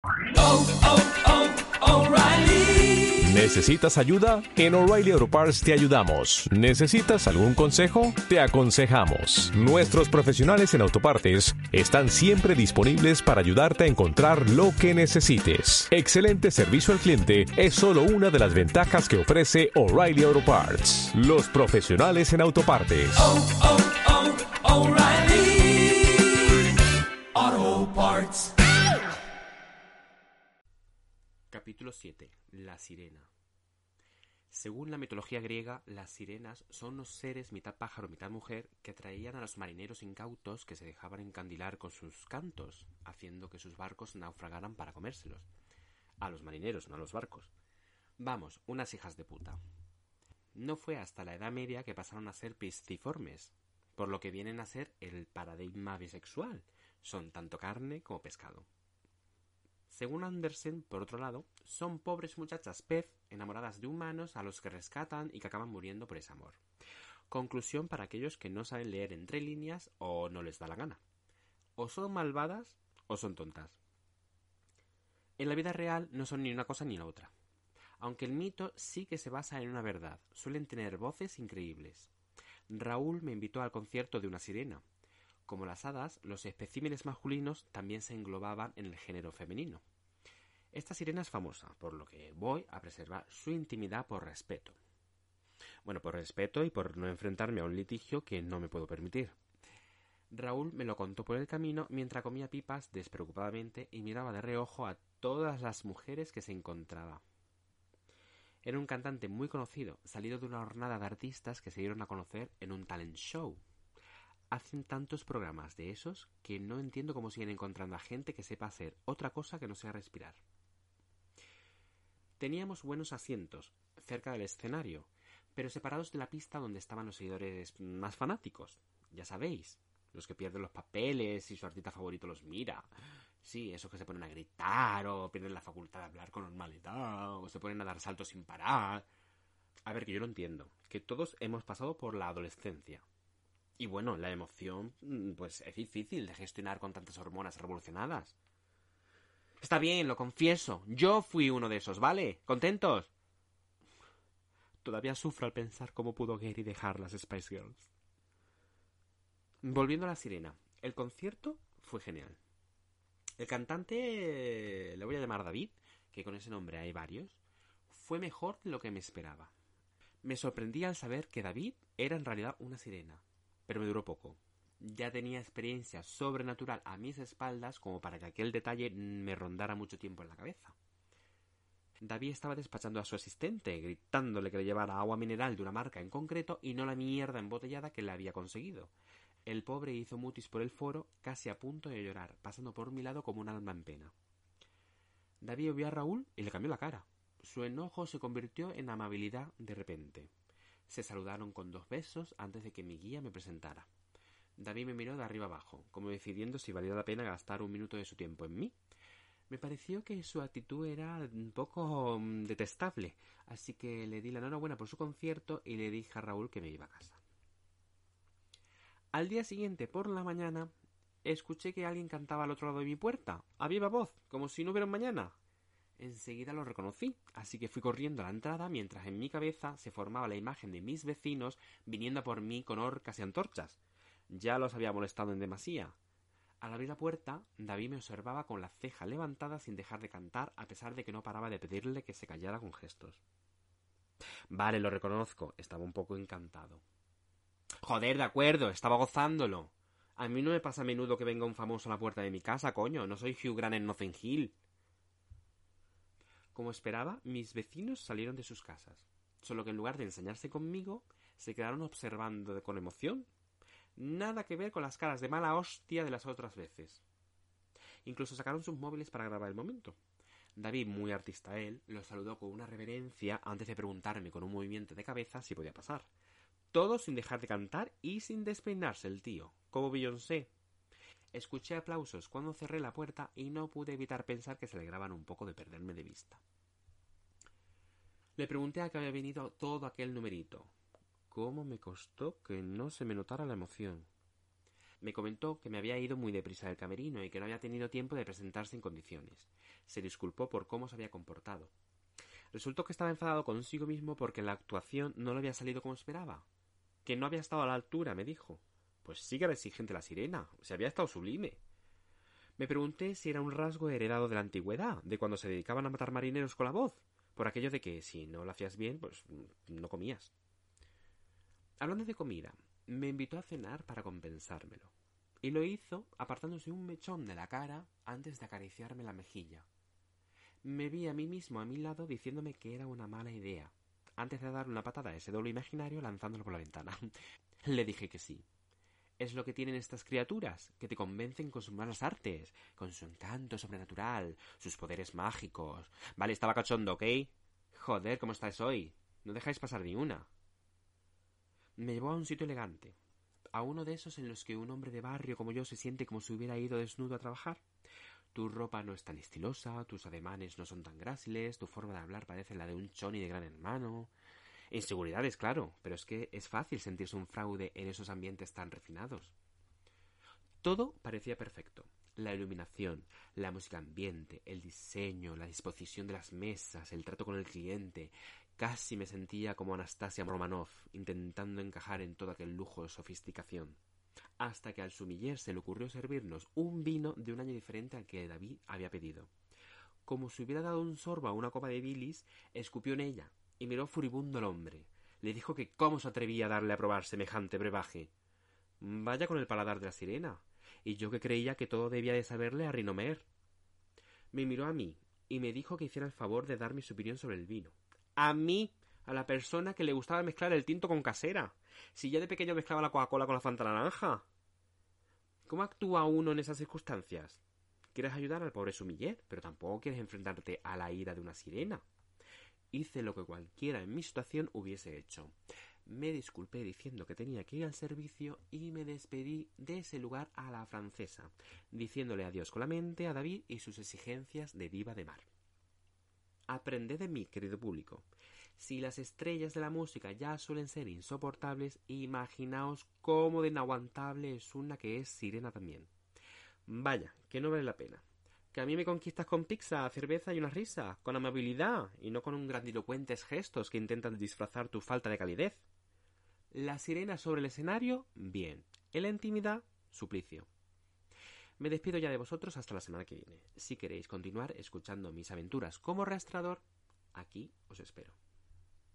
O'Reilly. ¿Necesitas ayuda? En O'Reilly Auto Parts te ayudamos. ¿Necesitas algún consejo? Te aconsejamos. Nuestros profesionales en autopartes están siempre disponibles para ayudarte a encontrar lo que necesites. Excelente servicio al cliente es solo una de las ventajas que ofrece O'Reilly Auto Parts. Los profesionales en autopartes. O'Reilly Auto Parts. Capítulo 7. La sirena. Según la mitología griega, las sirenas son unos seres mitad pájaro, mitad mujer que atraían a los marineros incautos que se dejaban encandilar con sus cantos, haciendo que sus barcos naufragaran para comérselos. A los marineros, no a los barcos. Vamos, unas hijas de puta. No fue hasta la Edad Media que pasaron a ser pisciformes, por lo que vienen a ser el paradigma bisexual. Son tanto carne como pescado. Según Andersen, por otro lado, son pobres muchachas pez enamoradas de humanos a los que rescatan y que acaban muriendo por ese amor. Conclusión para aquellos que no saben leer entre líneas o no les da la gana. O son malvadas o son tontas. En la vida real no son ni una cosa ni la otra. Aunque el mito sí que se basa en una verdad, suelen tener voces increíbles. Raúl me invitó al concierto de una sirena. Como las hadas, los especímenes masculinos también se englobaban en el género femenino. Esta sirena es famosa, por lo que voy a preservar su intimidad por respeto. Bueno, por respeto y por no enfrentarme a un litigio que no me puedo permitir. Raúl me lo contó por el camino mientras comía pipas despreocupadamente y miraba de reojo a todas las mujeres que se encontraba. Era un cantante muy conocido, salido de una hornada de artistas que se dieron a conocer en un talent show. Hacen tantos programas de esos que no entiendo cómo siguen encontrando a gente que sepa hacer otra cosa que no sea respirar. Teníamos buenos asientos, cerca del escenario, pero separados de la pista donde estaban los seguidores más fanáticos. Ya sabéis, los que pierden los papeles y su artista favorito los mira. Sí, esos que se ponen a gritar o pierden la facultad de hablar con normalidad o se ponen a dar saltos sin parar. A ver, que yo lo entiendo, que todos hemos pasado por la adolescencia. Y bueno, la emoción, pues es difícil de gestionar con tantas hormonas revolucionadas. Está bien, lo confieso. Yo fui uno de esos, ¿vale? ¿Contentos? Todavía sufro al pensar cómo pudo Gary dejar las Spice Girls. Volviendo a la sirena. El concierto fue genial. El cantante, le voy a llamar David, que con ese nombre hay varios, fue mejor de lo que me esperaba. Me sorprendí al saber que David era en realidad una sirena. Pero me duró poco. Ya tenía experiencia sobrenatural a mis espaldas como para que aquel detalle me rondara mucho tiempo en la cabeza. David estaba despachando a su asistente, gritándole que le llevara agua mineral de una marca en concreto y no la mierda embotellada que le había conseguido. El pobre hizo mutis por el foro, casi a punto de llorar, pasando por mi lado como un alma en pena. David vio a Raúl y le cambió la cara. Su enojo se convirtió en amabilidad de repente. Se saludaron con 2 besos antes de que mi guía me presentara. David me miró de arriba abajo, como decidiendo si valía la pena gastar un minuto de su tiempo en mí. Me pareció que su actitud era un poco detestable, así que le di la enhorabuena por su concierto y le dije a Raúl que me iba a casa. Al día siguiente, por la mañana, escuché que alguien cantaba al otro lado de mi puerta, a viva voz, como si no hubiera un mañana. Enseguida lo reconocí, así que fui corriendo a la entrada mientras en mi cabeza se formaba la imagen de mis vecinos viniendo a por mí con horcas y antorchas. Ya los había molestado en demasía. Al abrir la puerta, David me observaba con la ceja levantada sin dejar de cantar, a pesar de que no paraba de pedirle que se callara con gestos. Vale, lo reconozco, estaba un poco encantado. Joder, de acuerdo, estaba gozándolo. A mí no me pasa a menudo que venga un famoso a la puerta de mi casa, coño, no soy Hugh Grant en Notting Hill. Como esperaba, mis vecinos salieron de sus casas, solo que en lugar de ensañarse conmigo, se quedaron observando con emoción. Nada que ver con las caras de mala hostia de las otras veces. Incluso sacaron sus móviles para grabar el momento. David, muy artista él, los saludó con una reverencia antes de preguntarme con un movimiento de cabeza si podía pasar. Todo sin dejar de cantar y sin despeinarse el tío, como Beyoncé. Escuché aplausos cuando cerré la puerta y no pude evitar pensar que se alegraban un poco de perderme de vista. Le pregunté a qué había venido todo aquel numerito. ¿Cómo me costó que no se me notara la emoción? Me comentó que me había ido muy deprisa del camerino y que no había tenido tiempo de presentarse en condiciones. Se disculpó por cómo se había comportado. Resultó que estaba enfadado consigo mismo porque la actuación no le había salido como esperaba. Que no había estado a la altura, me dijo. Pues sí que era exigente la sirena, se había estado sublime. Me pregunté si era un rasgo heredado de la antigüedad, de cuando se dedicaban a matar marineros con la voz, por aquello de que si no lo hacías bien, pues no comías. Hablando de comida, me invitó a cenar para compensármelo, y lo hizo apartándose un mechón de la cara antes de acariciarme la mejilla. Me vi a mí mismo a mi lado diciéndome que era una mala idea, antes de darle una patada a ese doble imaginario lanzándolo por la ventana. Le dije que sí. Es lo que tienen estas criaturas, que te convencen con sus malas artes, con su encanto sobrenatural, sus poderes mágicos. Vale, estaba cachondo, ¿ok? Joder, ¿cómo estáis hoy? No dejáis pasar ni una. Me llevó a un sitio elegante, a uno de esos en los que un hombre de barrio como yo se siente como si hubiera ido desnudo a trabajar. Tu ropa no es tan estilosa, tus ademanes no son tan gráciles, tu forma de hablar parece la de un choni de Gran Hermano. Inseguridades, claro, pero es que es fácil sentirse un fraude en esos ambientes tan refinados. Todo parecía perfecto. La iluminación, la música ambiente, el diseño, la disposición de las mesas, el trato con el cliente. Casi me sentía como Anastasia Romanoff, intentando encajar en todo aquel lujo de sofisticación. Hasta que al sumiller se le ocurrió servirnos un vino de un año diferente al que David había pedido. Como si hubiera dado un sorbo a una copa de bilis, escupió en ella y miró furibundo al hombre. Le dijo que cómo se atrevía a darle a probar semejante brebaje. Vaya con el paladar de la sirena. Y yo que creía que todo debía de saberle a Rinomer. Me miró a mí y me dijo que hiciera el favor de darme su opinión sobre el vino. ¡A mí! A la persona que le gustaba mezclar el tinto con casera. Si ya de pequeño mezclaba la Coca-Cola con la Fanta naranja. ¿Cómo actúa uno en esas circunstancias? Quieres ayudar al pobre sumiller, pero tampoco quieres enfrentarte a la ira de una sirena. Hice lo que cualquiera en mi situación hubiese hecho. Me disculpé diciendo que tenía que ir al servicio y me despedí de ese lugar a la francesa, diciéndole adiós con la mente a David y sus exigencias de diva de mar. Aprended de mí, querido público. Si las estrellas de la música ya suelen ser insoportables, imaginaos cómo de inaguantable es una que es sirena también. Vaya, que no vale la pena. Que a mí me conquistas con pizza, cerveza y una risa, con amabilidad, y no con un grandilocuentes gestos que intentan disfrazar tu falta de calidez. La sirena sobre el escenario, bien. En la intimidad, suplicio. Me despido ya de vosotros hasta la semana que viene. Si queréis continuar escuchando mis aventuras como rastreador, aquí os espero.